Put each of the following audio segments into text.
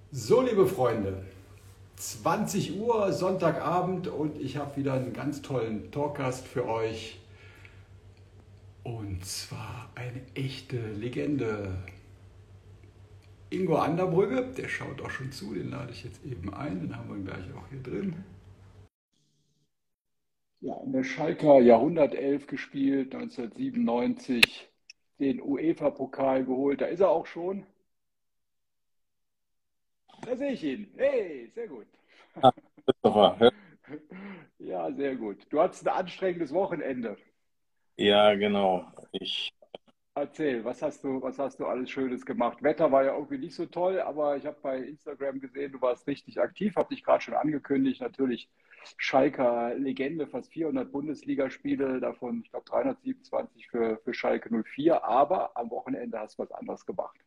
So, liebe Freunde, 20 Uhr, Sonntagabend und ich habe wieder einen ganz tollen Talkgast für euch. Und zwar eine echte Legende. Ingo Anderbrügge, der schaut auch schon zu, den lade ich jetzt eben ein, den haben wir gleich auch hier drin. Ja, in der Schalker Jahrhundertelf gespielt, 1997 den UEFA-Pokal geholt. Da ist er auch schon. Da sehe ich ihn. Hey, sehr gut. Ah, Christopher, Ja, sehr gut. Du hattest ein anstrengendes Wochenende. ja, genau. Erzähl, was hast du alles Schönes gemacht? Wetter war ja irgendwie nicht so toll, aber ich habe bei Instagram gesehen, du warst richtig aktiv, habe dich gerade schon angekündigt. Natürlich Schalker Legende, fast 400 Bundesligaspiele, davon, ich glaube, 327 für Schalke 04. Aber am Wochenende hast du was anderes gemacht.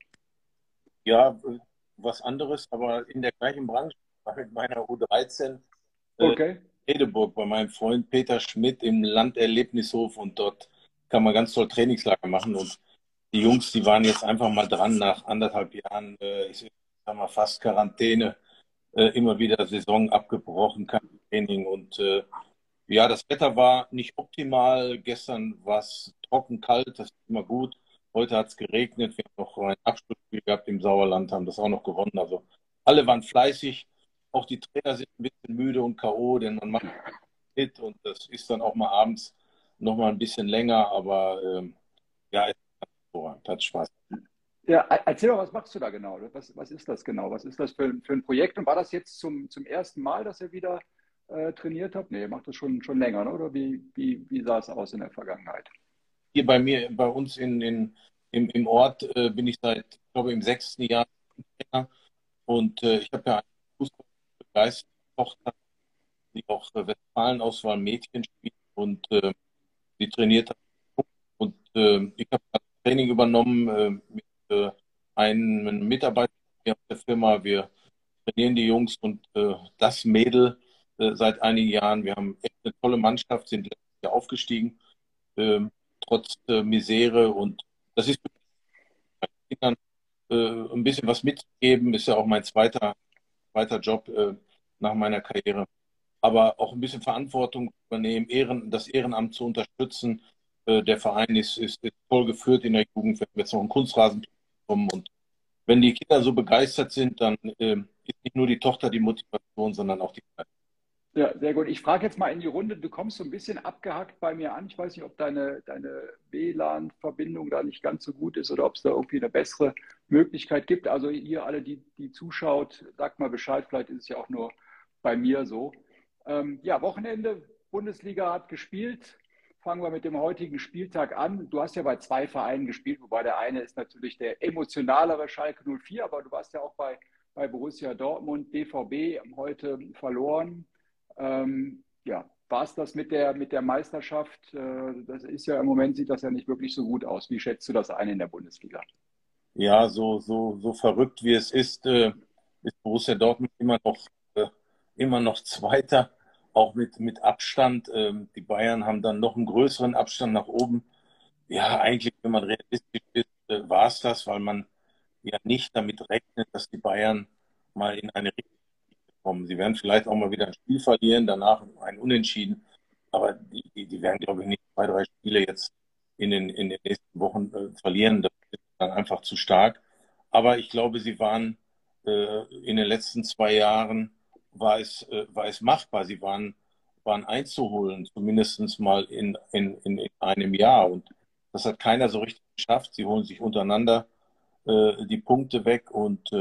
Ja, was anderes, aber in der gleichen Branche. Ich war mit meiner U13 äh, Okay. Edeburg bei meinem Freund Peter Schmidt im Landerlebnishof und dort kann man ganz toll Trainingslager machen. Und die Jungs, die waren jetzt einfach mal dran nach anderthalb Jahren, ich sag mal fast Quarantäne, immer wieder Saison abgebrochen, kein Training. Und ja, das Wetter war nicht optimal. Gestern war es trocken, kalt, das ist immer gut. Heute hat es geregnet. Wir haben noch ein Abschlussspiel gehabt im Sauerland, haben das auch noch gewonnen. Also alle waren fleißig. Auch die Trainer sind ein bisschen müde und K.O., denn man macht mit und das ist dann auch mal abends noch mal ein bisschen länger. Aber ja, es hat hervorragend, hat Spaß. Ja, erzähl doch, was machst du da genau? Was ist das genau? Was ist das für ein Projekt? Und war das jetzt zum ersten Mal, dass ihr wieder trainiert habt? Nee, ihr macht das schon länger, ne? Oder wie sah es aus in der Vergangenheit? Hier bei mir, bei uns im Ort bin ich seit, ich glaube, im sechsten Jahr Trainer. Und ich habe ja eine fußballbegeisterte Tochter, die auch Westfalen-Auswahl Mädchen spielt und die trainiert hat. Und ich habe das Training übernommen mit einem Mitarbeiter hier aus der Firma. Wir trainieren die Jungs und das Mädel seit einigen Jahren. Wir haben echt eine tolle Mannschaft, sind letztes Jahr aufgestiegen, trotz Misere. Und das ist für die Kindern ein bisschen was mitzugeben, ist ja auch mein zweiter Job nach meiner Karriere. Aber auch ein bisschen Verantwortung übernehmen, das Ehrenamt zu unterstützen. Der Verein ist toll geführt in der Jugend. Wir haben jetzt noch einen Kunstrasen bekommen. Und wenn die Kinder so begeistert sind, dann ist nicht nur die Tochter die Motivation, sondern auch die Kinder. Ja, sehr gut. Ich frage jetzt mal in die Runde, du kommst so ein bisschen abgehackt bei mir an. Ich weiß nicht, ob deine WLAN-Verbindung da nicht ganz so gut ist oder ob es da irgendwie eine bessere Möglichkeit gibt. Also hier alle, die zuschaut, sagt mal Bescheid, vielleicht ist es ja auch nur bei mir so. Ja, Wochenende, Bundesliga hat gespielt. Fangen wir mit dem heutigen Spieltag an. Du hast ja bei zwei Vereinen gespielt, wobei der eine ist natürlich der emotionalere Schalke 04, aber du warst ja auch bei Borussia Dortmund, BVB, heute verloren. Ja, war es das mit der Meisterschaft? Das ist ja im Moment sieht das ja nicht wirklich so gut aus. Wie schätzt du das ein in der Bundesliga? Ja, so verrückt wie es ist Borussia Dortmund immer noch Zweiter, auch mit Abstand. Die Bayern haben dann noch einen größeren Abstand nach oben. Ja, eigentlich, wenn man realistisch ist, war es das, weil man ja nicht damit rechnet, dass die Bayern mal in eine Richtung kommen. Sie werden vielleicht auch mal wieder ein Spiel verlieren, danach ein Unentschieden, aber die werden, glaube ich, nicht zwei, drei Spiele jetzt in den nächsten Wochen verlieren. Das ist dann einfach zu stark. Aber ich glaube, sie waren in den letzten zwei Jahren war es machbar. Waren einzuholen, zumindest mal in einem Jahr. Und das hat keiner so richtig geschafft. Sie holen sich untereinander die Punkte weg. Und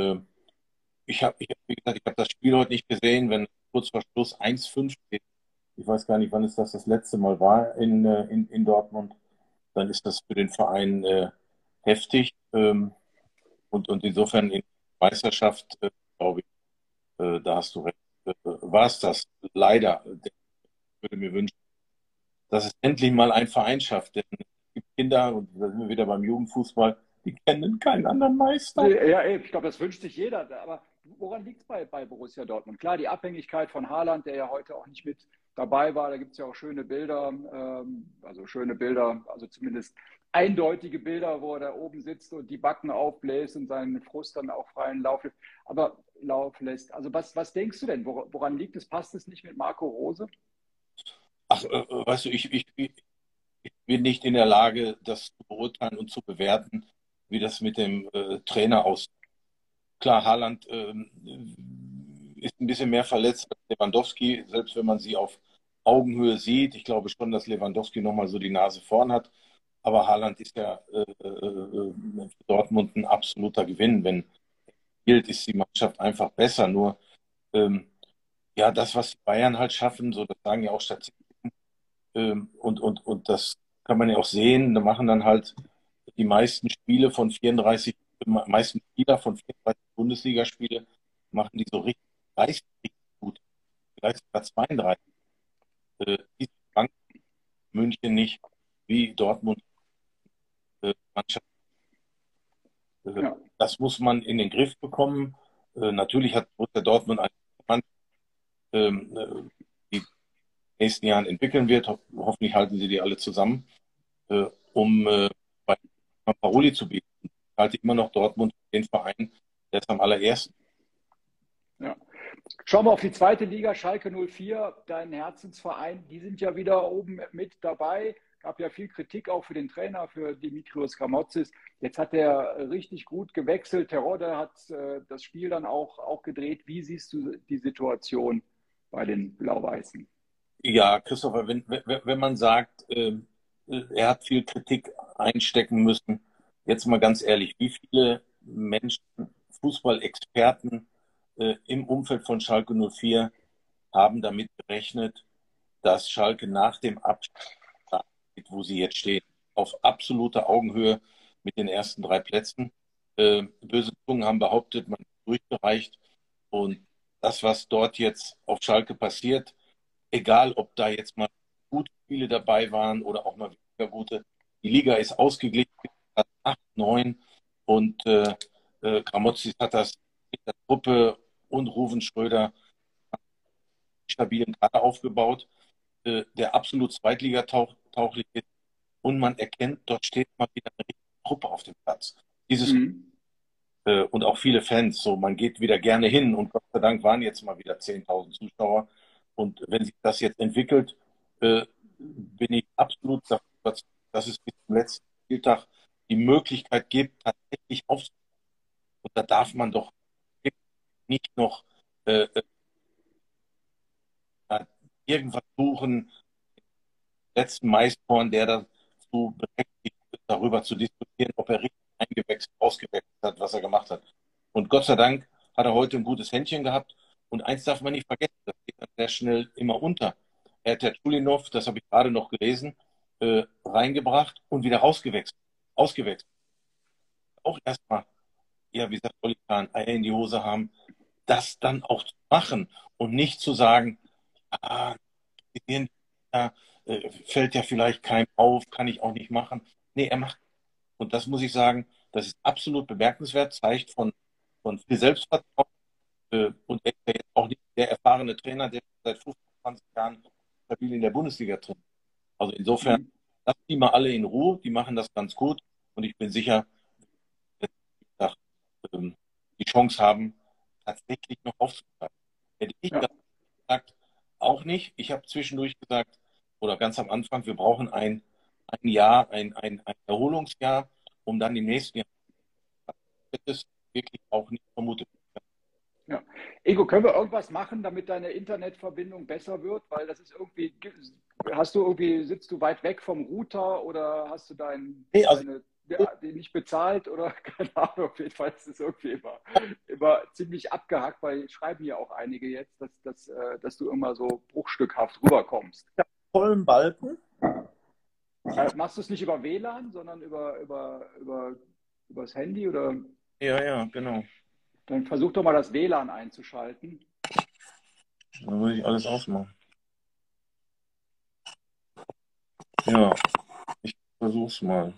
wie gesagt, ich habe das Spiel heute nicht gesehen, wenn kurz vor Schluss 1:5 steht. Ich weiß gar nicht, wann es das letzte Mal war in Dortmund. Dann ist das für den Verein heftig. Und insofern in der Meisterschaft, glaube ich, da hast du recht, war es das leider. Ich würde mir wünschen, dass es endlich mal ein Verein schafft. Denn es gibt Kinder, und da sind wir wieder beim Jugendfußball, die kennen keinen anderen Meister. Ja, ey, ich glaube, das wünscht sich jeder. Aber woran liegt es bei Borussia Dortmund? Klar, die Abhängigkeit von Haaland, der ja heute auch nicht mit dabei war. Da gibt es ja auch schöne Bilder, also zumindest eindeutige Bilder, wo er da oben sitzt und die Backen aufbläst und seinen Frust dann auch freien Lauf lässt. Also was denkst du denn? Woran liegt es? Passt es nicht mit Marco Rose? Ach, weißt du, ich bin nicht in der Lage, das zu beurteilen und zu bewerten, wie das mit dem Trainer aussieht. Klar, Haaland ist ein bisschen mehr verletzt als Lewandowski, selbst wenn man sie auf Augenhöhe sieht. Ich glaube schon, dass Lewandowski nochmal so die Nase vorn hat. Aber Haaland ist ja für Dortmund ein absoluter Gewinn. Wenn spielt, ist die Mannschaft einfach besser. Nur ja, das, was die Bayern halt schaffen, so das sagen ja auch Statistiken, und das kann man ja auch sehen, da machen dann halt die meisten Spiele von 34, meisten Spieler von 34 Bundesligaspiele, machen die so richtig, 30 richtig gut, vielleicht sogar 32. Die Bank München nicht, wie Dortmund Mannschaft. Ja, Das muss man in den Griff bekommen. Natürlich hat Borussia Dortmund eine Mannschaft, die in den nächsten Jahren entwickeln wird. Hoffentlich halten sie die alle zusammen, um bei Paroli zu bieten. Ich halte immer noch Dortmund den Verein, der ist am allerersten. ja. Schauen wir auf die zweite Liga, Schalke 04, dein Herzensverein. Die sind ja wieder oben mit dabei. Gab ja viel Kritik auch für den Trainer, für Dimitrios Gramotzis. Jetzt hat er richtig gut gewechselt. Terodde hat das Spiel dann auch gedreht. Wie siehst du die Situation bei den Blau-Weißen? Ja, Christopher, wenn man sagt, er hat viel Kritik einstecken müssen, jetzt mal ganz ehrlich, wie viele Menschen, Fußballexperten im Umfeld von Schalke 04 haben damit gerechnet, dass Schalke nach dem Abstieg, wo sie jetzt stehen, auf absoluter Augenhöhe mit den ersten drei Plätzen. Böse Zungen haben behauptet, man ist durchgereicht. Und das, was dort jetzt auf Schalke passiert, egal ob da jetzt mal gute Spiele dabei waren oder auch mal weniger gute, die Liga ist ausgeglichen, hat 8, 9 und Gramotzis hat das mit der Truppe und Ruven Schröder stabilen Kader aufgebaut, der absolut zweitligatauglich ist. Und man erkennt, dort steht mal wieder eine richtige Truppe auf dem Platz. Dieses Mhm. und auch viele Fans, so man geht wieder gerne hin und Gott sei Dank waren jetzt mal wieder 10.000 Zuschauer. Und wenn sich das jetzt entwickelt, bin ich absolut dafür überzeugt, dass es bis zum letzten Spieltag die Möglichkeit gibt, tatsächlich aufzusteigen. Und da darf man doch nicht noch irgendwas suchen, letzten Maiskorn, der dazu berechtigt ist, darüber zu diskutieren, ob er richtig eingewechselt, ausgewechselt hat, was er gemacht hat. Und Gott sei Dank hat er heute ein gutes Händchen gehabt. Und eins darf man nicht vergessen, das geht dann sehr schnell immer unter. Er hat der Chulinov, das habe ich gerade noch gelesen, reingebracht und wieder rausgewechselt. Ausgewechselt. Auch erstmal, ja, wie sagt Oli Kahn, Eier in die Hose haben, das dann auch zu machen und nicht zu sagen, ah, ja, fällt ja vielleicht keinem auf, kann ich auch nicht machen. Nee, er macht. Und das muss ich sagen, das ist absolut bemerkenswert, zeigt von viel Selbstvertrauen. Und er ist ja jetzt auch nicht der erfahrene Trainer, der seit 15, 20 Jahren stabil in der Bundesliga trainiert. Also insofern, Mhm. lassen die mal alle in Ruhe, die machen das ganz gut. Und ich bin sicher, dass die Chance haben, tatsächlich noch aufzusteigen. Hätte ich Ja. das gesagt, auch nicht. Ich habe zwischendurch gesagt, oder ganz am Anfang, wir brauchen ein Jahr, ein Erholungsjahr, um dann im nächsten Jahr, das ist wirklich auch nicht vermutet. Ja. Ego, können wir irgendwas machen, damit deine Internetverbindung besser wird? Weil das ist irgendwie, sitzt du weit weg vom Router oder hast du Nee, also den nicht bezahlt oder keine Ahnung, auf jeden Fall ist es irgendwie immer ziemlich abgehackt, weil schreiben ja auch einige jetzt, dass du immer so bruchstückhaft rüberkommst. vollen Balken. Machst du es nicht über WLAN, sondern übers Handy oder Ja, ja, genau. dann versuch doch mal das WLAN einzuschalten. Dann muss ich alles ausmachen. Ja, ich versuch's mal.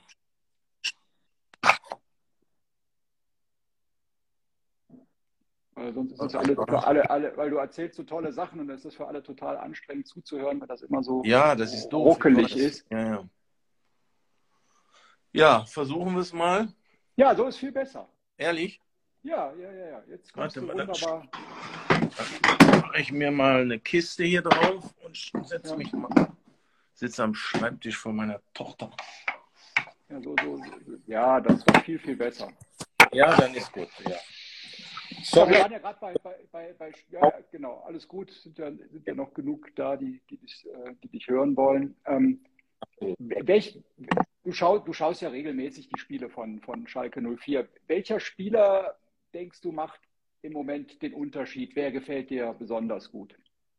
Weil sonst ist es für alle, weil du erzählst so tolle Sachen und es ist für alle total anstrengend zuzuhören, weil das immer so Ja, das ist doof, ich ruckelig weiß. ist. Ja, ja. Ja, versuchen wir es mal. Ja, so ist viel besser. Ehrlich? Ja, ja, ja, ja. Jetzt kommst Warte du mal, dann wunderbar. mache ich mir mal eine Kiste hier drauf und setze Ja, mich mal. Sitze am Schreibtisch von meiner Tochter. ja, ja, das ist doch viel, viel besser. Ja, dann ist gut. Ja. Ja, wir Sorry. waren ja gerade ja, ja, genau, alles gut. Sind ja noch genug da, die dich hören wollen. Welch, du schaust ja regelmäßig die Spiele von Schalke 04. Welcher Spieler, denkst du, macht im Moment den Unterschied? Wer gefällt dir besonders gut?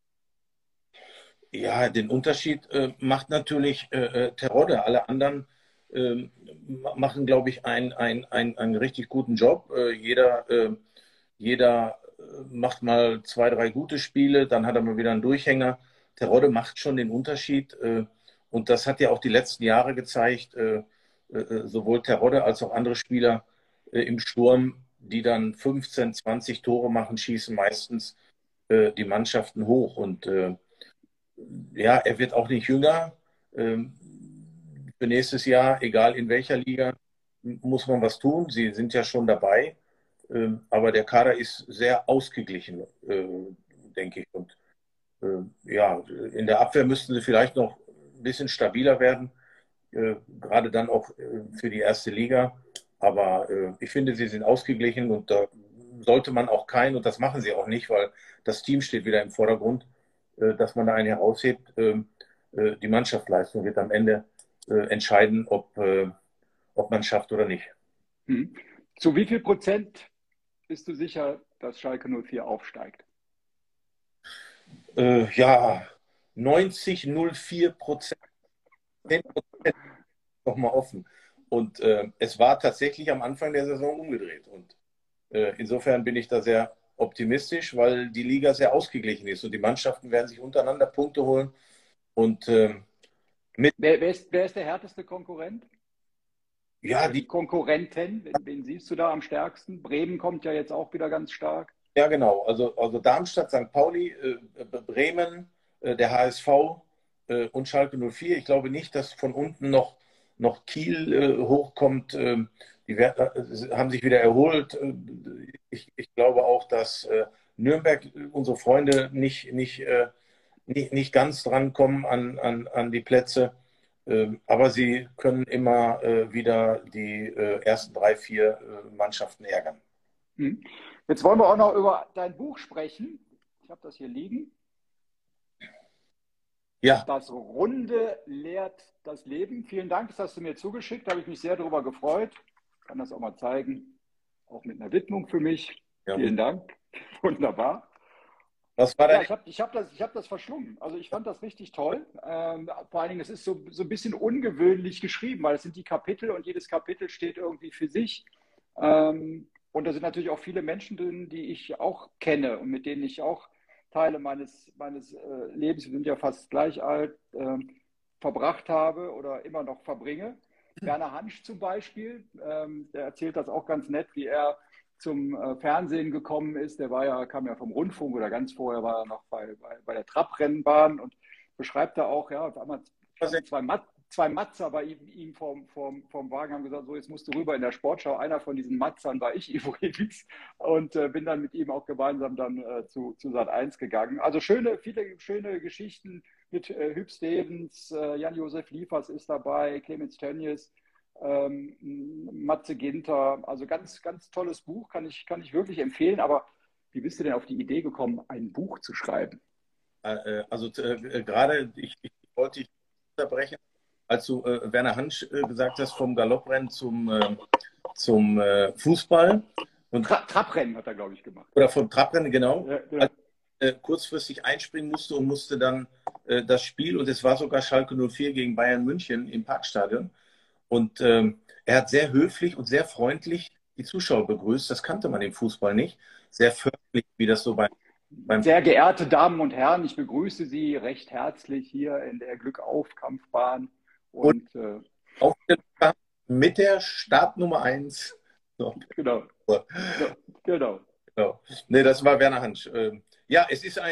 Ja, den Unterschied macht natürlich Terodde. Alle anderen machen, glaube ich, einen richtig guten Job. Jeder macht mal zwei, drei gute Spiele, dann hat er mal wieder einen Durchhänger. Terodde macht schon den Unterschied. Und das hat ja auch die letzten Jahre gezeigt, sowohl Terodde als auch andere Spieler im Sturm, die dann 15, 20 Tore machen, schießen meistens die Mannschaften hoch. Und ja, er wird auch nicht jünger. Ähm, für nächstes Jahr, egal in welcher Liga, muss man was tun. Sie sind ja schon dabei. Aber der Kader ist sehr ausgeglichen, denke ich. Und ja, in der Abwehr müssten sie vielleicht noch ein bisschen stabiler werden, gerade dann auch für die erste Liga. Aber ich finde, sie sind ausgeglichen und da sollte man auch keinen, und das machen sie auch nicht, weil das Team steht wieder im Vordergrund, dass man da einen heraushebt. Die Mannschaftsleistung wird am Ende entscheiden, ob man es schafft oder nicht. Hm. Zu wie viel Prozent bist du sicher, dass Schalke 04 aufsteigt? Ja, 90,04%, 10% nochmal offen. Und es war tatsächlich am Anfang der Saison umgedreht. Und insofern bin ich da sehr optimistisch, weil die Liga sehr ausgeglichen ist und die Mannschaften werden sich untereinander Punkte holen. Und mit, Wer ist der härteste Konkurrent? ja, Oder die Konkurrenten? Wen siehst du da am stärksten? Bremen kommt ja jetzt auch wieder ganz stark. ja genau, also Darmstadt, St. Pauli, Bremen, der HSV und Schalke 04. Ich glaube nicht, dass von unten noch Kiel hochkommt. Haben sich wieder erholt. Ich glaube auch, dass Nürnberg, unsere Freunde, nicht ganz drankommen an die Plätze. Aber sie können immer wieder die ersten drei, vier Mannschaften ärgern. Hm. Jetzt wollen wir auch noch über dein Buch sprechen. Ich habe das hier liegen. Ja, Das Runde lehrt das Leben. Vielen Dank, das hast du mir zugeschickt. Da habe ich mich sehr darüber gefreut. Ich kann das auch mal zeigen. Auch mit einer Widmung für mich. ja. Vielen Dank. Wunderbar. Was war Ja, dein ich hab das verschlungen. Also ich fand das richtig toll. Vor allen Dingen, es ist so ein bisschen ungewöhnlich geschrieben, weil es sind die Kapitel und jedes Kapitel steht irgendwie für sich. Und da sind natürlich auch viele Menschen drin, die ich auch kenne und mit denen ich auch Teile meines Lebens, wir sind ja fast gleich alt, verbracht habe oder immer noch verbringe. Werner Hansch zum Beispiel, der erzählt das auch ganz nett, wie er zum Fernsehen gekommen ist. Kam ja vom Rundfunk oder ganz vorher war er noch bei der Trabrennbahn und beschreibt da auch, ja, auf einmal standen zwei Matzer bei ihm vorm Wagen, haben gesagt, so jetzt musst du rüber in der Sportschau. Einer von diesen Matzern war ich übrigens und bin dann mit ihm auch gemeinsam dann zu Sat.1 gegangen. Also viele schöne Geschichten mit Hüb Stevens, Jan-Josef Liefers ist dabei, Clemens Tönnies, Matze Ginter. Also ganz, ganz tolles Buch, kann ich wirklich empfehlen. Aber wie bist du denn auf die Idee gekommen, ein Buch zu schreiben? also gerade, ich wollte dich unterbrechen, als du Werner Hansch gesagt hast, vom Galopprennen zum Fußball Trabrennen hat er, glaube ich, gemacht. oder vom Trabrennen, genau. Ja, Als genau. kurzfristig einspringen musste und musste dann das Spiel, und es war sogar Schalke 04 gegen Bayern München im Parkstadion. Und er hat sehr höflich und sehr freundlich die Zuschauer begrüßt. Das kannte man im Fußball nicht. Sehr förmlich, wie das so beim Sehr geehrte Damen und Herren, ich begrüße Sie recht herzlich hier in der Glückauf-Kampfbahn. und Und Aufstellung mit der Startnummer 1. So. genau, genau, genau. Genau. Nee, das war Werner Hansch. Ja, es ist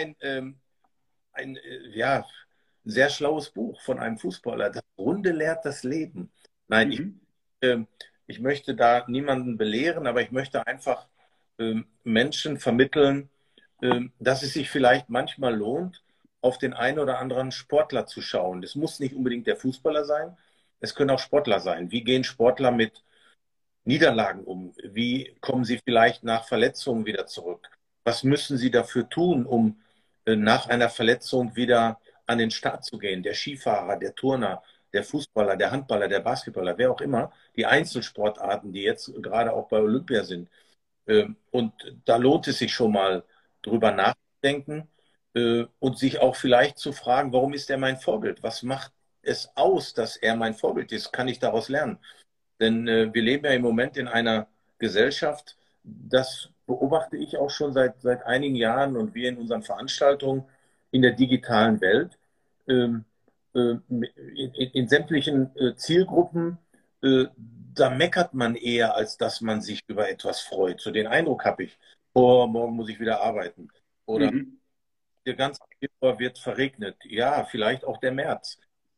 ja, sehr schlaues Buch von einem Fußballer. Das Runde lehrt das Leben. Nein, Mhm. ähm, ich möchte da niemanden belehren, aber ich möchte einfach Menschen vermitteln, dass es sich vielleicht manchmal lohnt, auf den einen oder anderen Sportler zu schauen. Das muss nicht unbedingt der Fußballer sein, es können auch Sportler sein. Wie gehen Sportler mit Niederlagen um? Wie kommen sie vielleicht nach Verletzungen wieder zurück? Was müssen sie dafür tun, um nach einer Verletzung wieder an den Start zu gehen? Der Skifahrer, der Turner, der Fußballer, der Handballer, der Basketballer, wer auch immer, die Einzelsportarten, die jetzt gerade auch bei Olympia sind. Und da lohnt es sich schon mal drüber nachzudenken und sich auch vielleicht zu fragen, warum ist er mein Vorbild? Was macht es aus, dass er mein Vorbild ist? Kann ich daraus lernen? Denn wir leben ja im Moment in einer Gesellschaft, das beobachte ich auch schon seit einigen Jahren und wir in unseren Veranstaltungen in der digitalen Welt, ähm, in sämtlichen Zielgruppen, äh, da meckert man eher, als dass man sich über etwas freut. So den Eindruck habe ich, oh, morgen muss ich wieder arbeiten. Oder Mhm. der ganze Februar wird verregnet. Ja, vielleicht auch der März.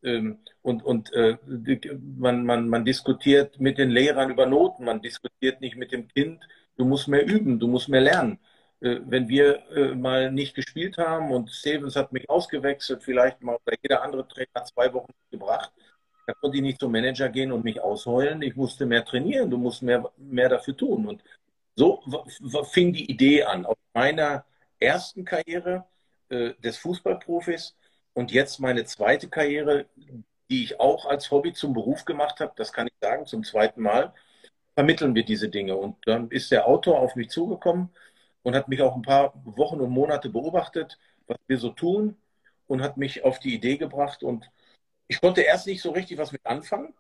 Man diskutiert mit den Lehrern über Noten, man diskutiert nicht mit dem Kind, du musst mehr üben, du musst mehr lernen. Wenn wir mal nicht gespielt haben und Stevens hat mich ausgewechselt, vielleicht mal oder jeder andere Trainer hat 2 Wochen gebracht, da konnte ich nicht zum Manager gehen und mich ausheulen. Ich musste mehr trainieren, du musst mehr dafür tun. Und so fing die Idee an. Aus meiner ersten Karriere des Fußballprofis und jetzt meine zweite Karriere, die ich auch als Hobby zum Beruf gemacht habe, das kann ich sagen, zum zweiten Mal, vermitteln wir diese Dinge. Und dann ist der Autor auf mich zugekommen und hat mich auch ein paar Wochen und Monate beobachtet, was wir so tun und hat mich auf die Idee gebracht. Und ich konnte erst nicht so richtig was mit anfangen,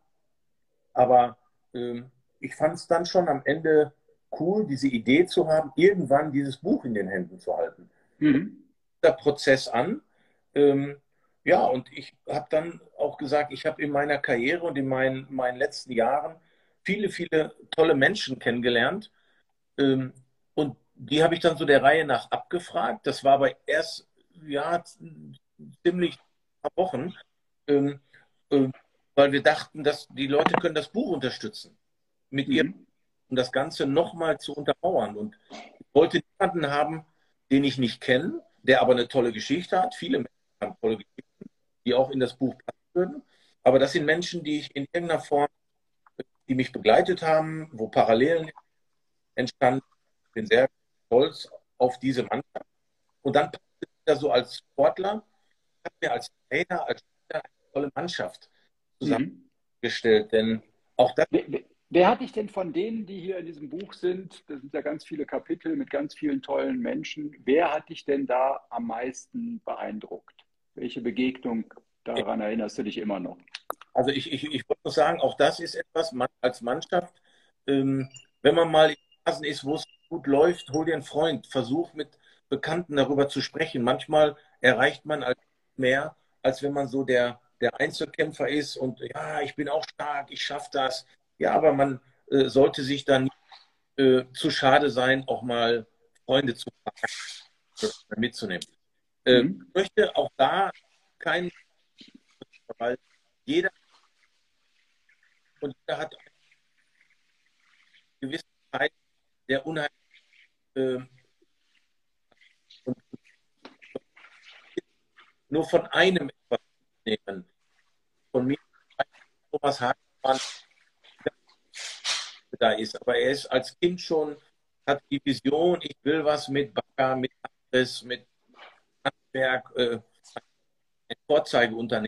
aber ich fand es dann schon am Ende cool, diese Idee zu haben, irgendwann dieses Buch in den Händen zu halten. Mhm. Der Prozess an. Ähm, ja, und ich habe dann auch gesagt, ich habe in meiner Karriere und in meinen letzten Jahren viele tolle Menschen kennengelernt. Ähm, und die habe ich dann so der Reihe nach abgefragt. Das war aber erst ja, ziemlich ein paar Wochen, ähm, ähm, weil wir dachten, dass die Leute können das Buch unterstützen mit ihr, Mhm. um das Ganze nochmal zu untermauern. Und ich wollte niemanden haben, den ich nicht kenne, der aber eine tolle Geschichte hat. Viele Menschen haben tolle Geschichten, die auch in das Buch passen würden. Aber das sind Menschen, die ich in irgendeiner Form, die mich begleitet haben, wo Parallelen entstanden. Ich bin sehr stolz auf diese Mannschaft. Und dann passt es wieder so als Sportler, hat mir als Trainer, als Spieler eine tolle Mannschaft Mhm. zusammengestellt. Denn auch das, Wer hat dich denn von denen, die hier in diesem Buch sind, das sind ja ganz viele Kapitel mit ganz vielen tollen Menschen, wer hat dich denn da am meisten beeindruckt? Welche Begegnung, daran erinnerst du dich immer noch? also ich wollte nur sagen, auch das ist etwas, man als Mannschaft, ähm, wenn man mal in Phasen ist, wo es gut läuft, hol dir einen Freund, versuch mit Bekannten darüber zu sprechen. Manchmal erreicht man als mehr, als wenn man so der Einzelkämpfer ist und ja, ich bin auch stark, ich schaffe das. Ja, aber man sollte sich dann zu schade sein, auch mal Freunde zu fragen, mitzunehmen. Mhm. Ich möchte auch da keinen, weil jeder jeder hat eine gewisse Zeit der unheimlich äh, und nur von einem etwas nehmen. Von mir, Thomas Hagmann, da ist, aber er ist als Kind schon, hat die Vision, ich will was mit Bagger, mit Abriss, mit Handwerk, ein Vorzeigeunternehmen.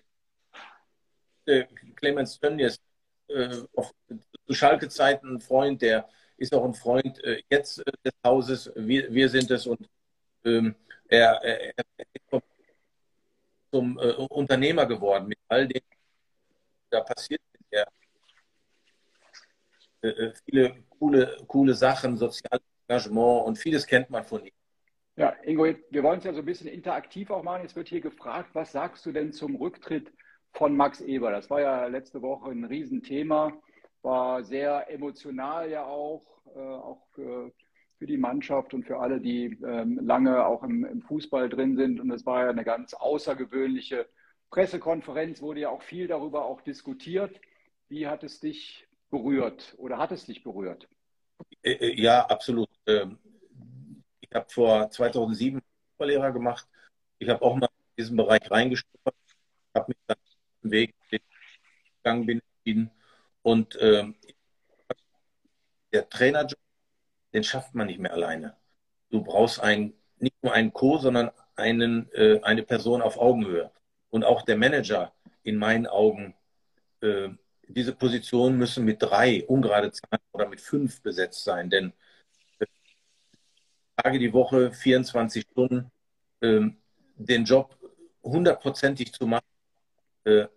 Clemens Tönnies, zu Schalke-Zeiten ein Freund, der ist auch ein Freund jetzt des Hauses, wir sind es und ähm, er ist zum Unternehmer geworden mit all dem, da passiert in der viele coole Sachen, soziales Engagement und vieles kennt man von ihm. Ja, Ingo, wir wollen es ja so ein bisschen interaktiv auch machen. Jetzt wird hier gefragt, was sagst du denn zum Rücktritt von Max Eber? Das war ja letzte Woche ein Riesenthema, war sehr emotional ja auch für die Mannschaft und für alle, die lange auch im Fußball drin sind. Und es war ja eine ganz außergewöhnliche Pressekonferenz, wurde ja auch viel darüber auch diskutiert. Wie hat es dich berührt oder hat es dich berührt? Ja, absolut. Ich habe vor 2007 Lehrer gemacht. Ich habe auch mal in diesen Bereich reingeschnuppert, habe mich dann auf den Weg, den ich gegangen bin, entschieden. Und der Trainerjob, den schafft man nicht mehr alleine. Du brauchst nicht nur einen Co., sondern eine Person auf Augenhöhe. Und auch der Manager, in meinen Augen, äh, diese Positionen müssen mit 3 ungerade Zahlen oder mit 5 besetzt sein. Denn Tage die Woche, 24 Stunden, ähm, den Job hundertprozentig zu machen, äh,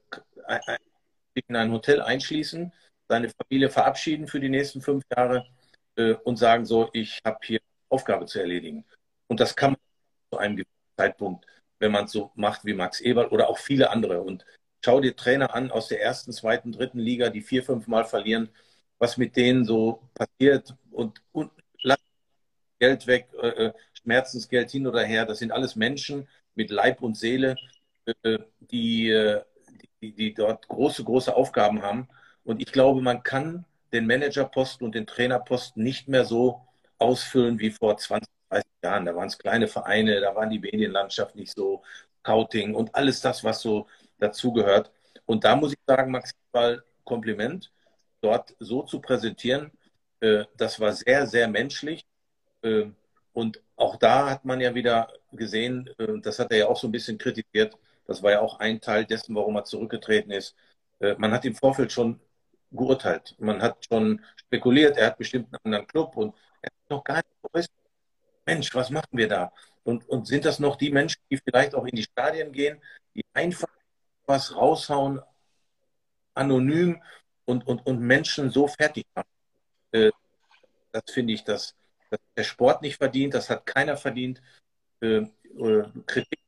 in ein Hotel einschließen, seine Familie verabschieden für die nächsten 5 Jahre und sagen so, ich habe hier Aufgabe zu erledigen. Und das kann man zu einem gewissen Zeitpunkt, wenn man es so macht wie Max Eberl oder auch viele andere. Und schau dir Trainer an aus der ersten, zweiten, dritten Liga, die 4, 5 Mal verlieren, was mit denen so passiert und Geld weg, Schmerzensgeld hin oder her. Das sind alles Menschen mit Leib und Seele, die, die dort große, große Aufgaben haben. Und ich glaube, man kann den Managerposten und den Trainerposten nicht mehr so ausfüllen wie vor 20, 30 Jahren. Da waren es kleine Vereine, da waren die Medienlandschaft nicht so, Scouting und alles das, was so dazugehört. Und da muss ich sagen, maximal Kompliment, dort so zu präsentieren. Das war sehr, sehr menschlich. Ähm, Und auch da hat man ja wieder gesehen, das hat er ja auch so ein bisschen kritisiert, das war ja auch ein Teil dessen, warum er zurückgetreten ist. Man hat im Vorfeld schon geurteilt, man hat schon spekuliert, er hat bestimmt einen anderen Club und er hat noch gar nicht gewusst, Mensch, was machen wir da? Und sind das noch die Menschen, die vielleicht auch in die Stadien gehen, die einfach was raushauen, anonym und Menschen so fertig machen? Äh, Das finde ich, das der Sport nicht verdient, das hat keiner verdient. Kritik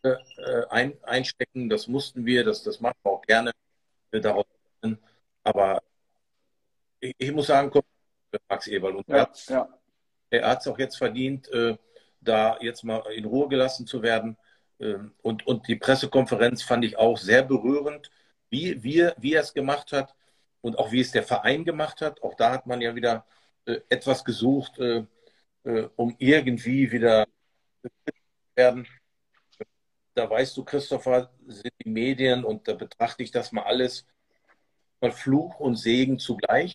einstecken, das mussten wir, das machen wir auch gerne daraus. Aber ich muss sagen, komm, Max Eberl, und Ja, ja. er hat es auch jetzt verdient, da jetzt mal in Ruhe gelassen zu werden. Und die Pressekonferenz fand ich auch sehr berührend, wie er es gemacht hat und auch wie es der Verein gemacht hat. Auch da hat man ja wieder etwas gesucht, um irgendwie wieder zu werden. Da weißt du, Christopher, sind die Medien und da betrachte ich das mal alles, mal Fluch und Segen zugleich.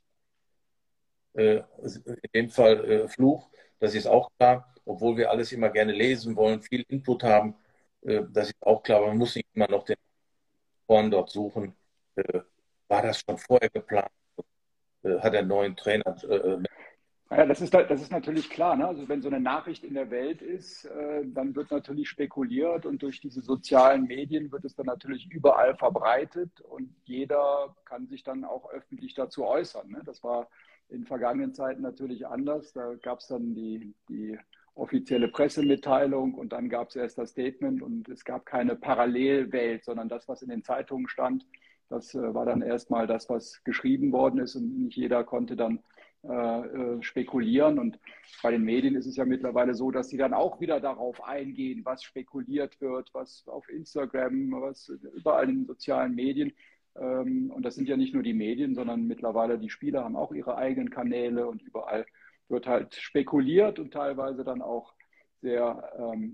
In dem Fall Fluch, das ist auch klar, obwohl wir alles immer gerne lesen wollen, viel Input haben, das ist auch klar, aber man muss nicht immer noch den Vorn dort suchen. Äh, War das schon vorher geplant? Hat er einen neuen Trainer? Ja, das ist natürlich klar. Ne? Also wenn so eine Nachricht in der Welt ist, dann wird natürlich spekuliert und durch diese sozialen Medien wird es dann natürlich überall verbreitet und jeder kann sich dann auch öffentlich dazu äußern. Ne? Das war in vergangenen Zeiten natürlich anders. Da gab es dann die offizielle Pressemitteilung und dann gab es erst das Statement und es gab keine Parallelwelt, sondern das, was in den Zeitungen stand, das war dann erstmal das, was geschrieben worden ist und nicht jeder konnte dann spekulieren. Und bei den Medien ist es ja mittlerweile so, dass sie dann auch wieder darauf eingehen, was spekuliert wird, was auf Instagram, was überall in den sozialen Medien. Und das sind ja nicht nur die Medien, sondern mittlerweile die Spieler haben auch ihre eigenen Kanäle und überall wird halt spekuliert und teilweise dann auch sehr,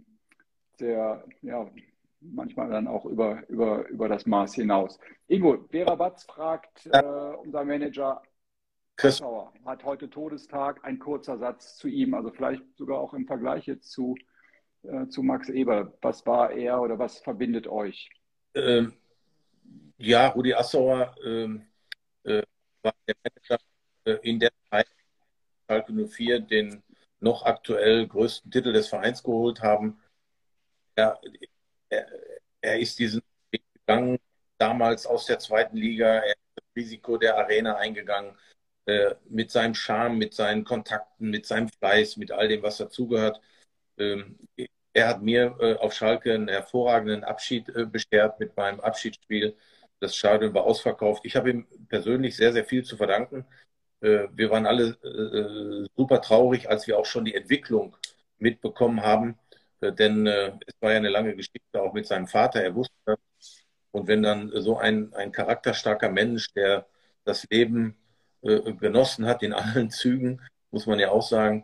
sehr, ja, manchmal dann auch über das Maß hinaus. Ingo, Vera Batz fragt unser Manager, Chris, Assauer hat heute Todestag, ein kurzer Satz zu ihm, also vielleicht sogar auch im Vergleich jetzt zu Max Eber. Was war er oder was verbindet euch? ähm, ja, Rudi Assauer äh, war der Manager in der Zeit, Schalke 04, den noch aktuell größten Titel des Vereins geholt haben. Er, er, er ist diesen Weg gegangen, damals aus der zweiten Liga. Er ist das Risiko der Arena eingegangen, mit seinem Charme, mit seinen Kontakten, mit seinem Fleiß, mit all dem, was dazugehört. Ähm, Er hat mir auf Schalke einen hervorragenden Abschied beschert mit meinem Abschiedsspiel. Das Stadion war ausverkauft. Ich habe ihm persönlich sehr, sehr viel zu verdanken. Wir waren alle super traurig, als wir auch schon die Entwicklung mitbekommen haben. Denn es war ja eine lange Geschichte auch mit seinem Vater. Er wusste das. Und wenn dann so ein charakterstarker Mensch, der das Leben genossen hat in allen Zügen, muss man ja auch sagen,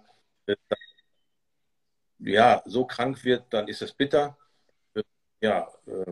ja, so krank wird, dann ist es bitter. Äh, ja,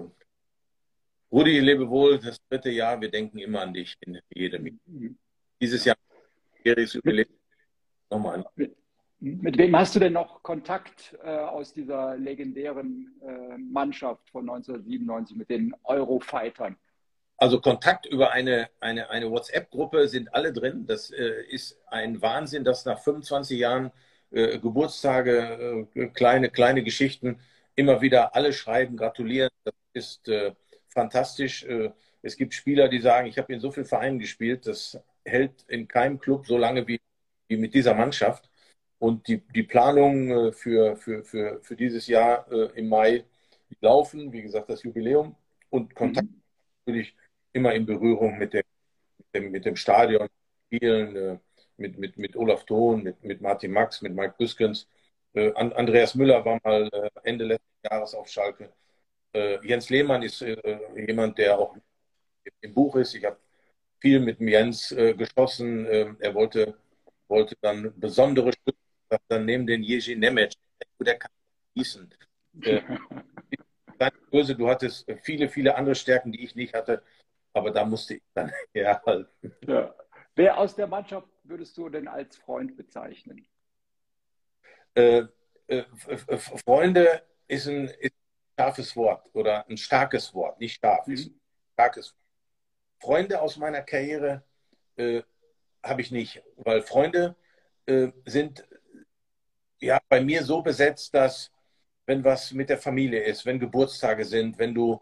Rudi, lebe wohl, das dritte Jahr, wir denken immer an dich in jedem Jahr. Dieses Ja. Jahr, jähriges Jubiläum, Mit, nochmal an. mit wem hast du denn noch Kontakt aus dieser legendären Mannschaft von 1997 mit den Eurofightern? Also Kontakt über eine WhatsApp-Gruppe sind alle drin. Das ist ein Wahnsinn, dass nach 25 Jahren Geburtstage, kleine Geschichten immer wieder alle schreiben, gratulieren. Das ist fantastisch. Es gibt Spieler, die sagen, ich habe in so vielen Vereinen gespielt, das hält in keinem Club so lange wie mit dieser Mannschaft. Und die Planungen für dieses Jahr im Mai die laufen, wie gesagt, das Jubiläum und Kontakt Mhm. natürlich immer in Berührung mit dem Stadion, Spielen, mit Olaf Thon, mit Martin Max, mit Mike Büskens. Andreas Müller war mal Ende letzten Jahres auf Schalke. Jens Lehmann ist jemand, der auch im Buch ist. Ich habe viel mit dem Jens geschossen. Er wollte dann besondere Stücke, dann neben den Jerzy Nemec, der kann schießen. Äh, Sei nicht böse, du hattest viele andere Stärken, die ich nicht hatte, aber da musste ich dann herhalten. Ja. Wer aus der Mannschaft würdest du denn als Freund bezeichnen? Äh, Freunde ist ein scharfes Wort oder ein starkes Wort, nicht scharf, ist ein Mhm. starkes Wort. Freunde aus meiner Karriere äh, habe ich nicht, weil Freunde sind ja bei mir so besetzt, dass wenn was mit der Familie ist, wenn Geburtstage sind, wenn du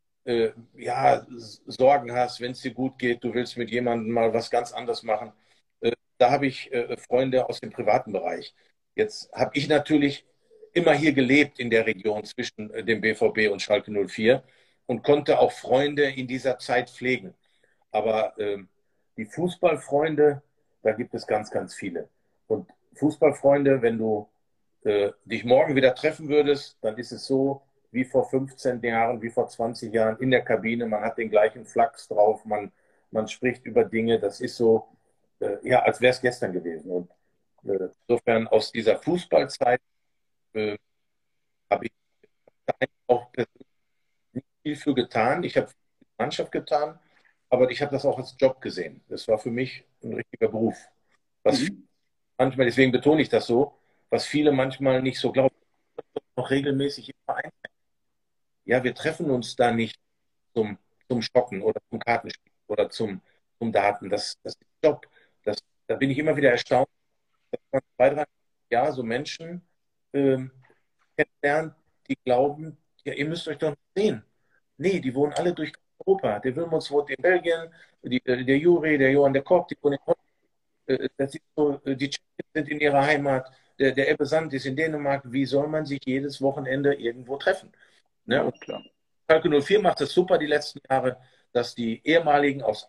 ja, Sorgen hast, wenn es dir gut geht, du willst mit jemandem mal was ganz anderes machen. Da habe ich Freunde aus dem privaten Bereich. Jetzt habe ich natürlich immer hier gelebt in der Region zwischen dem BVB und Schalke 04 und konnte auch Freunde in dieser Zeit pflegen. Aber die Fußballfreunde, da gibt es ganz viele. Und Fußballfreunde, wenn du dich morgen wieder treffen würdest, dann ist es so wie vor 15 Jahren, wie vor 20 Jahren in der Kabine. Man hat den gleichen Flachs drauf, man spricht über Dinge. Das ist so, ja, als wäre es gestern gewesen. Und insofern aus dieser Fußballzeit äh, habe ich auch nicht viel für getan. Ich habe viel für die Mannschaft getan, aber ich habe das auch als Job gesehen. Das war für mich ein richtiger Beruf. Was Mhm. manchmal, deswegen betone ich das so, was viele manchmal nicht so glauben, noch regelmäßig im Verein. Ja, wir treffen uns da nicht zum, zum Schocken oder zum Kartenspiel oder zum Daten. Das ist Job. Da bin ich immer wieder erstaunt, dass man 2, 3 Jahre so Menschen ähm, kennenlernt, die glauben, ja, ihr müsst euch doch nicht sehen. Nee, die wohnen alle durch Europa. Der Wilmots wohnt in Belgien, der Juri, der Johann, der Koch, die wohnen in Holland. Das ist so, die Tschechen sind in ihrer Heimat, der Ebbe Sand ist in Dänemark. Wie soll man sich jedes Wochenende irgendwo treffen? Ne? Ja, Und klar. Schalke 04 macht es super die letzten Jahre, dass die ehemaligen aus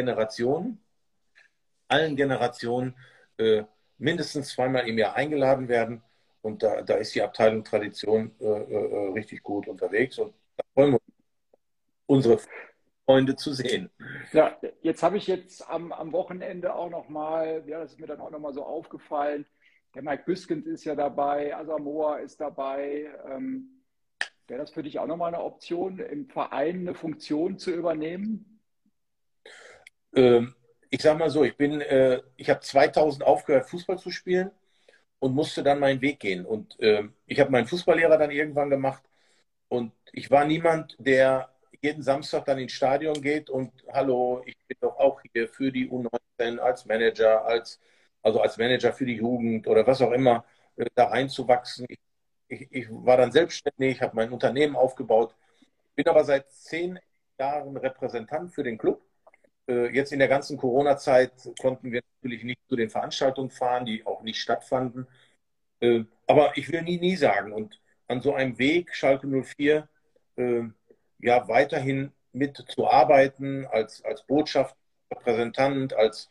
allen Generationen mindestens zweimal im Jahr eingeladen werden. Und da ist die Abteilung Tradition richtig gut unterwegs. Und da freuen wir uns, unsere Freunde zu sehen. Ja, jetzt habe ich jetzt am Wochenende auch nochmal, ja, das ist mir dann auch nochmal so aufgefallen, der Mike Büskens ist ja dabei, Asamoah ist dabei. Wäre das für dich auch nochmal eine Option, im Verein eine Funktion zu übernehmen? Ähm, Ich sage mal so, ich habe 2000 aufgehört, Fußball zu spielen und musste dann meinen Weg gehen. Und ich habe meinen Fußballlehrer dann irgendwann gemacht. Und ich war niemand, der jeden Samstag dann ins Stadion geht und hallo, ich bin doch auch hier für die U19 als Manager, also als Manager für die Jugend oder was auch immer, da reinzuwachsen. Ich war dann selbstständig, habe mein Unternehmen aufgebaut, bin aber seit 10 Jahren Repräsentant für den Club. Jetzt in der ganzen Corona-Zeit konnten wir natürlich nicht zu den Veranstaltungen fahren, die auch nicht stattfanden. Aber ich will nie sagen. Und an so einem Weg, Schalke 04, äh, ja, weiterhin mitzuarbeiten, als Botschafter, Repräsentant,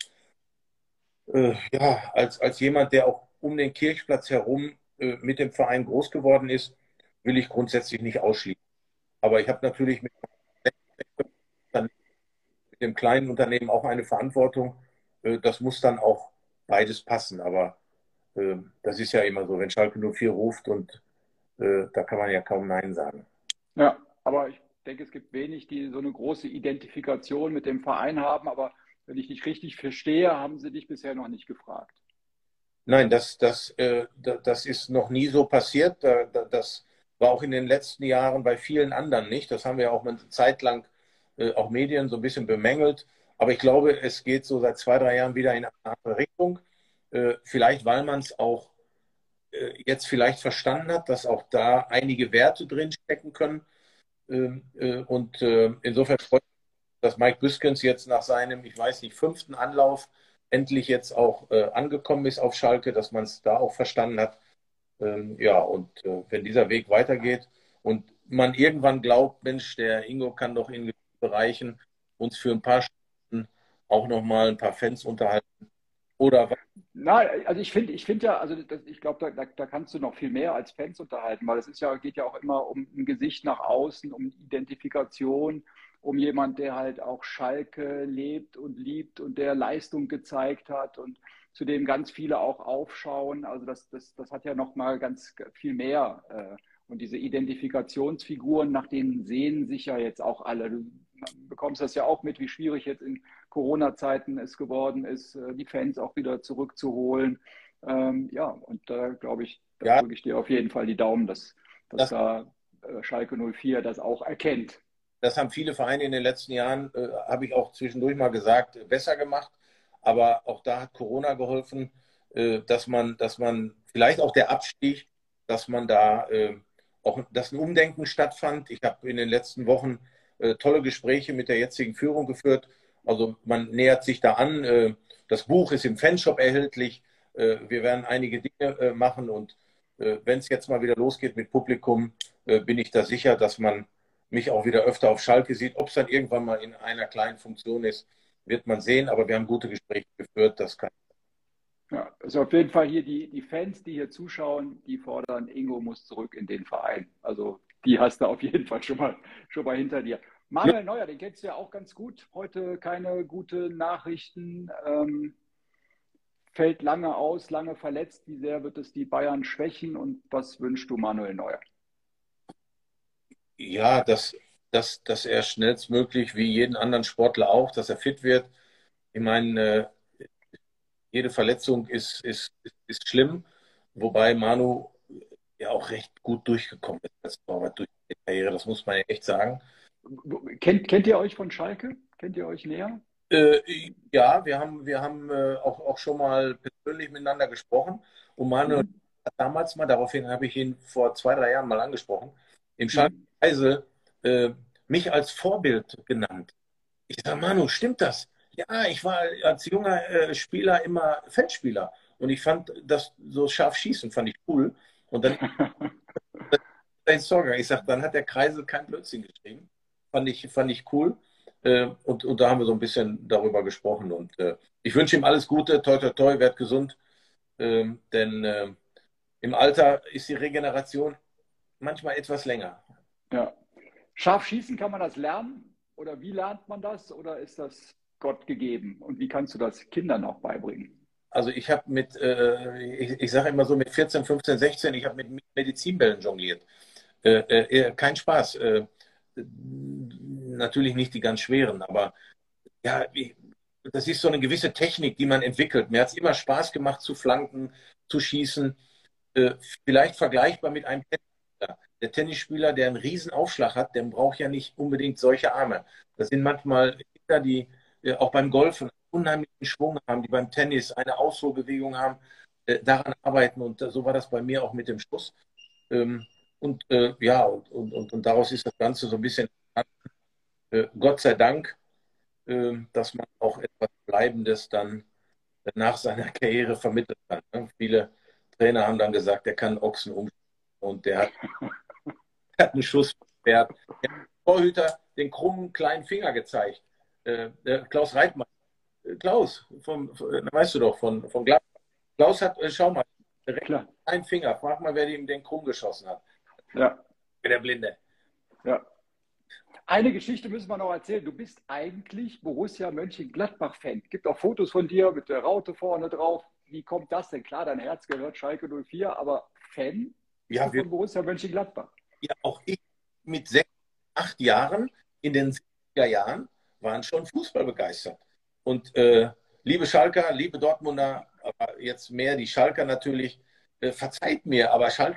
als jemand, der auch um den Kirchplatz herum mit dem Verein groß geworden ist, will ich grundsätzlich nicht ausschließen. Aber ich habe natürlich mit dem kleinen Unternehmen auch eine Verantwortung. Das muss dann auch beides passen. Aber das ist ja immer so, wenn Schalke 04 ruft und da kann man ja kaum Nein sagen. Ja, aber ich denke, es gibt wenig, die so eine große Identifikation mit dem Verein haben. Aber wenn ich dich richtig verstehe, haben sie dich bisher noch nicht gefragt. Nein, das ist noch nie so passiert. Das war auch in den letzten Jahren bei vielen anderen nicht. Das haben wir auch eine Zeit lang auch Medien so ein bisschen bemängelt. Aber ich glaube, es geht so seit 2, 3 Jahren wieder in eine andere Richtung. Vielleicht, weil man es auch jetzt vielleicht verstanden hat, dass auch da einige Werte drin stecken können. Und insofern freut mich, dass Mike Büskens jetzt nach seinem, ich weiß nicht, 5. Anlauf endlich jetzt auch angekommen ist auf Schalke, dass man es da auch verstanden hat. Ja, und wenn dieser Weg weitergeht und man irgendwann glaubt, Mensch, der Ingo kann doch in gewissen Bereichen uns für ein paar Stunden auch nochmal ein paar Fans unterhalten. Oder was? Na, also ich finde ja, also ich glaube, da kannst du noch viel mehr als Fans unterhalten, weil es ist ja, geht ja auch immer um ein Gesicht nach außen, um Identifikation, um jemand, der halt auch Schalke lebt und liebt und der Leistung gezeigt hat und zu dem ganz viele auch aufschauen. Also das hat ja noch mal ganz viel mehr. Und diese Identifikationsfiguren, nach denen sehen sich ja jetzt auch alle. Du bekommst das ja auch mit, wie schwierig jetzt in Corona-Zeiten es geworden ist, die Fans auch wieder zurückzuholen. Ja, und da glaube ich, da Ja, drücke ich dir auf jeden Fall die Daumen, dass das, da Schalke 04 das auch erkennt. das haben viele Vereine in den letzten Jahren, habe ich auch zwischendurch mal gesagt, besser gemacht. Aber auch da hat Corona geholfen, dass man vielleicht auch der Abstieg, dass man da auch, dass ein Umdenken stattfand. Ich habe in den letzten Wochen tolle Gespräche mit der jetzigen Führung geführt. Also man nähert sich da an. Das Buch ist im Fanshop erhältlich. Wir werden einige Dinge machen und wenn es jetzt mal wieder losgeht mit Publikum, bin ich da sicher, dass man mich auch wieder öfter auf Schalke sieht. Ob es dann irgendwann mal in einer kleinen Funktion ist, wird man sehen. Aber wir haben gute Gespräche geführt. Das kann. Ja, also auf jeden Fall hier die Fans, die hier zuschauen, die fordern, Ingo muss zurück in den Verein. Also die hast du auf jeden Fall schon mal hinter dir. Manuel Neuer, den kennst du ja auch ganz gut. Heute keine guten Nachrichten. Fällt lange aus, lange verletzt. Wie sehr wird es die Bayern schwächen und was wünschst du Manuel Neuer? Ja, dass er schnellstmöglich, wie jeden anderen Sportler auch, dass er fit wird. Ich meine, jede Verletzung ist schlimm, wobei Manu ja auch recht gut durchgekommen ist als Torwart durch die Karriere. Das muss man ja echt sagen. Kennt ihr euch von Schalke? Kennt ihr euch näher? Ja, wir haben auch schon mal persönlich miteinander gesprochen. Und Manuel Mhm. hat damals mal, daraufhin habe ich ihn vor 2, 3 Jahren mal angesprochen, im Schalke Mhm. Kreise äh, mich als Vorbild genannt. Ich sage, Manu, stimmt das? Ja, ich war als junger Spieler immer Feldspieler und ich fand das so scharf schießen, fand ich cool. Und dann ein Sorger. Ich sage, dann hat der Kreisel kein Blödsinn geschrieben. Fand ich cool. Und da haben wir so ein bisschen darüber gesprochen. Und ich wünsche ihm alles Gute, toi, toi, toi, werd gesund. Denn im Alter ist die Regeneration manchmal etwas länger. Ja. Scharf schießen, kann man das lernen? Oder wie lernt man das? Oder ist das Gott gegeben? Und wie kannst du das Kindern auch beibringen? Also ich habe ich sage immer so mit 14, 15, 16, ich habe mit Medizinbällen jongliert. Kein Spaß. Natürlich nicht die ganz schweren, aber ja, das ist so eine gewisse Technik, die man entwickelt. Mir hat es immer Spaß gemacht zu flanken, zu schießen. Äh, Vielleicht vergleichbar mit einem Tennisspieler. Der Tennisspieler, der einen riesen Aufschlag hat, der braucht ja nicht unbedingt solche Arme. Das sind manchmal Kinder, die auch beim Golfen unheimlichen Schwung haben, die beim Tennis eine Ausholbewegung haben, daran arbeiten. Und so war das bei mir auch mit dem Schuss. Und ja, und daraus ist das Ganze so ein bisschen, Gott sei Dank, dass man auch etwas Bleibendes dann nach seiner Karriere vermitteln kann. Ne? Viele Trainer haben dann gesagt, der kann einen Ochsen umschießen und der hat einen Schuss versperrt. Der Torhüter den krummen kleinen Finger gezeigt. Der Klaus Reitmann. Klaus, weißt du doch, von Gladbach. Klaus hat, schau mal, direkt Klar. einen Finger. Frag mal, wer ihm den krumm geschossen hat. Ja, Der Blinde. ja. eine Geschichte müssen wir noch erzählen. Du bist eigentlich Borussia Mönchengladbach-Fan. Gibt auch Fotos von dir mit der Raute vorne drauf. Wie kommt das denn? Klar, dein Herz gehört Schalke 04, aber Fan bist Ja, du von Borussia Mönchengladbach. ja, auch ich mit 6, 8 Jahren in den 70er Jahren waren schon Fußball begeistert. Und liebe Schalker, liebe Dortmunder, aber jetzt mehr die Schalker natürlich, verzeiht mir, aber Schalke,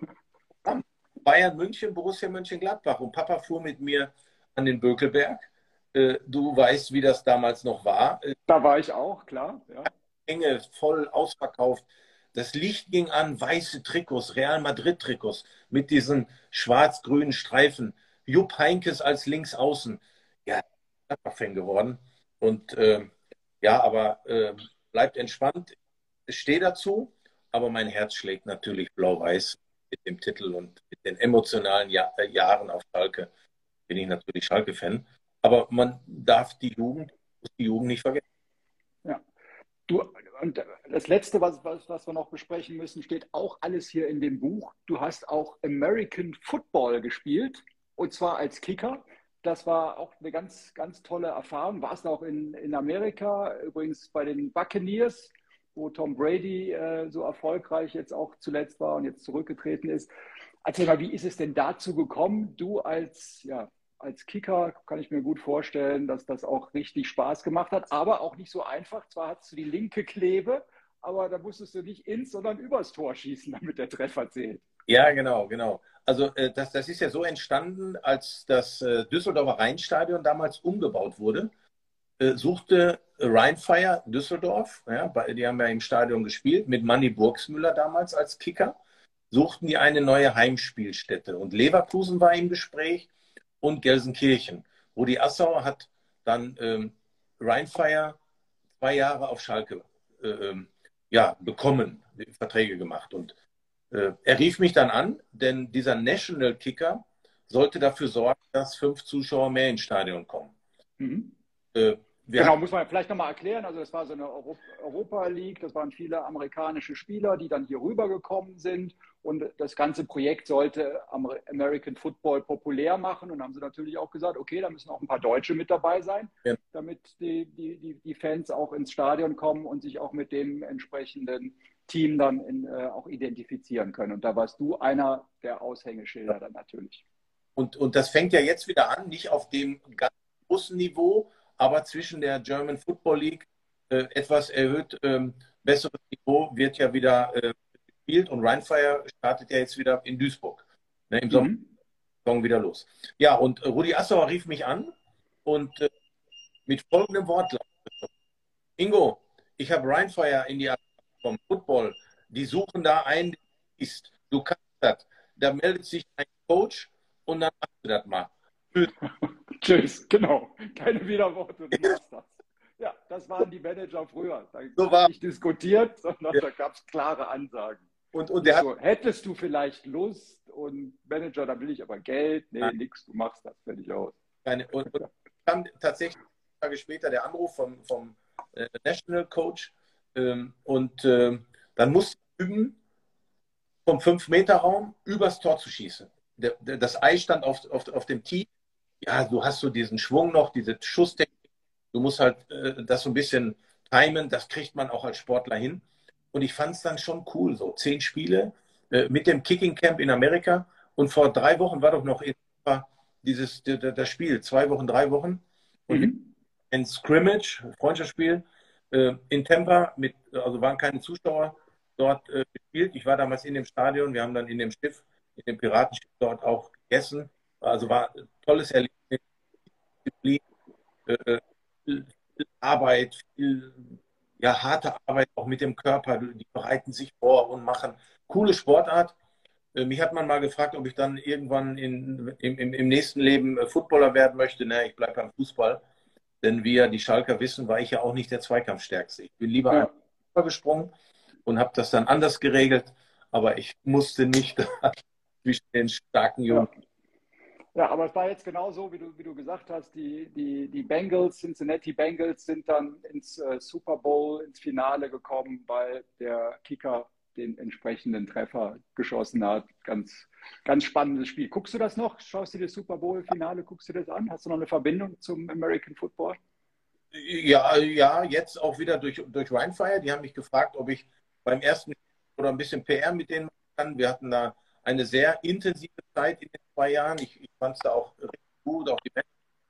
Bayern München, Borussia Mönchengladbach. Und Papa fuhr mit mir an den Bökelberg. Du weißt, wie das damals noch war. Da war ich auch, klar. Ja. Enge, voll ausverkauft. Das Licht ging an, weiße Trikots, Real Madrid-Trikots mit diesen schwarz-grünen Streifen. Jupp Heynckes als Linksaußen. Ja, Fan geworden. Und ja, aber bleibt entspannt. Ich stehe dazu, aber mein Herz schlägt natürlich blau-weiß mit dem Titel und mit den emotionalen Jahren auf Schalke. Bin ich natürlich Schalke-Fan. Aber man darf die Jugend nicht vergessen. Ja. Du, und das Letzte, was wir noch besprechen müssen, steht auch alles hier in dem Buch. Du hast auch American Football gespielt, und zwar als Kicker. Das war auch eine ganz, ganz tolle Erfahrung. Warst auch in Amerika, übrigens bei den Buccaneers, wo Tom Brady so erfolgreich jetzt auch zuletzt war und jetzt zurückgetreten ist. Erzähl mal, wie ist es denn dazu gekommen? Du als Kicker kann ich mir gut vorstellen, dass das auch richtig Spaß gemacht hat, aber auch nicht so einfach. Zwar hattest du die linke Klebe, aber da musstest du nicht ins, sondern übers Tor schießen, damit der Treffer zählt. Ja, genau, genau. Also das ist ja so entstanden, als das Düsseldorfer Rheinstadion damals umgebaut wurde, suchte Rheinfire Düsseldorf, ja, die haben ja im Stadion gespielt, mit Manny Burgsmüller damals als Kicker, suchten die eine neue Heimspielstätte. Und Leverkusen war im Gespräch und Gelsenkirchen. Rudi Assauer hat dann Rheinfire 2 Jahre auf Schalke ja, bekommen, Verträge gemacht. Und er rief mich dann an, denn dieser National Kicker sollte dafür sorgen, dass 5 Zuschauer mehr ins Stadion kommen. Mhm. Wir Genau, hatten, muss man vielleicht nochmal erklären. Also das war so eine Europa League, das waren viele amerikanische Spieler, die dann hier rübergekommen sind. Und das ganze Projekt sollte American Football populär machen. Und haben sie natürlich auch gesagt, okay, da müssen auch ein paar Deutsche mit dabei sein, damit die Fans auch ins Stadion kommen und sich auch mit dem entsprechenden Team dann auch identifizieren können. Und da warst du einer der Aushängeschilder dann natürlich. und das fängt ja jetzt wieder an, nicht auf dem ganz großen Niveau, aber zwischen der German Football League etwas erhöht, besseres Niveau wird ja wieder gespielt und Rheinfire startet ja jetzt wieder in Duisburg. Ne, im Sommer Mhm. wieder los. Ja, und Rudi Assauer rief mich an und mit folgendem Wortlaut: Ingo, ich habe Rheinfire in die Abteilung vom Football. Die suchen da einen, der ist. Du kannst das. Da meldet sich ein Coach und dann machst du das mal. Tschüss, genau. Keine Widerworte, du machst das. Ja, das waren die Manager früher. Da So wurde war nicht diskutiert, sondern ja. da gab es klare Ansagen. Und der Nicht hat so, hättest du vielleicht Lust und Manager, da will ich aber Geld. Nee, nein, nix, du machst das, fertig aus. keine. Und kam tatsächlich Tage später der Anruf vom National Coach und dann musste ich üben, vom 5-Meter-Raum übers Tor zu schießen. Das Ei stand auf dem Tee. Ja, du hast so diesen Schwung noch, diese Schusstechnik. Du musst halt das so ein bisschen timen. Das kriegt man auch als Sportler hin. Und ich fand es dann schon cool, so 10 Spiele mit dem Kicking Camp in Amerika. Und vor 3 Wochen war doch noch das Spiel, 2 Wochen, 3 Wochen. Und wir Mhm. ein Scrimmage, Freundschaftsspiel in Tampa, also waren keine Zuschauer dort gespielt. Ich war damals in dem Stadion, wir haben dann in dem Schiff, in dem Piratenschiff dort auch gegessen. Also war ein tolles Erlebnis, äh, viel Arbeit, viel ja, harte Arbeit auch mit dem Körper. Die bereiten sich vor und machen coole Sportart. Mich hat man mal gefragt, ob ich dann irgendwann im nächsten Leben Footballer werden möchte. Ne, ich bleibe beim Fußball. Denn wie ja die Schalker wissen, war ich ja auch nicht der Zweikampfstärkste. Ich bin lieber Ja. einfach gesprungen und habe das dann anders geregelt. Aber ich musste nicht zwischen den starken Jungs. Ja. Ja, aber es war jetzt genau so, wie du gesagt hast, die Bengals, Cincinnati Bengals sind dann ins Super Bowl, ins Finale gekommen, weil der Kicker den entsprechenden Treffer geschossen hat. Ganz, Ganz spannendes Spiel. Guckst du das noch? Schaust du dir das Super Bowl-Finale, guckst du das an? Hast du noch eine Verbindung zum American Football? Ja, ja, jetzt auch wieder durch Rhinefire. Die haben mich gefragt, ob ich beim ersten oder ein bisschen PR mit denen machen kann. Wir hatten da eine sehr intensive Zeit in den 2 Jahren. Ich fand es da auch richtig gut, auch die Matches,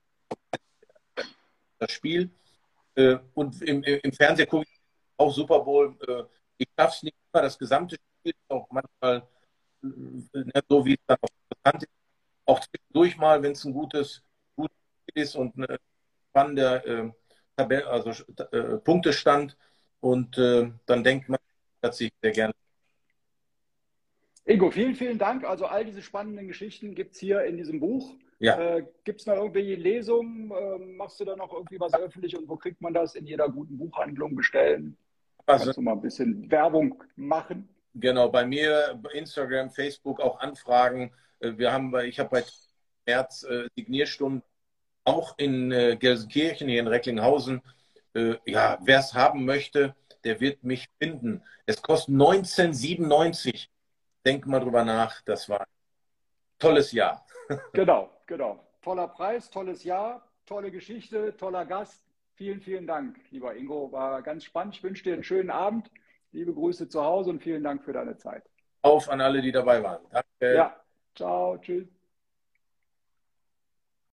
das Spiel. Und im Fernsehen gucke ich auch Super Bowl. Ich schaffe es nicht immer, das gesamte Spiel, auch manchmal so, wie es dann auch interessant ist. Auch zwischendurch mal, wenn es ein gutes Spiel ist und eine spannende also Punktestand. Und dann denkt man, dass ich sehr gerne. Ingo, vielen, vielen Dank. Also all diese spannenden Geschichten gibt es hier in diesem Buch. Ja, Gibt es noch irgendwie Lesungen? Machst du da noch irgendwie was öffentlich und wo kriegt man das? In jeder guten Buchhandlung bestellen? also Kannst du mal ein bisschen Werbung machen? genau, bei mir, bei Instagram, Facebook auch Anfragen. Ich habe bei März Signierstunden auch in Gelsenkirchen, hier in Recklinghausen. Ja, wer es haben möchte, der wird mich finden. Es kostet 19,97. Denk mal drüber nach. Das war ein tolles Jahr. Genau, genau. Toller Preis, tolles Jahr, tolle Geschichte, toller Gast. Vielen, vielen Dank, lieber Ingo. War ganz spannend. Ich wünsche dir einen schönen Abend. Liebe Grüße zu Hause und vielen Dank für deine Zeit. Auf an alle, die dabei waren. Danke. Ja, ciao, tschüss.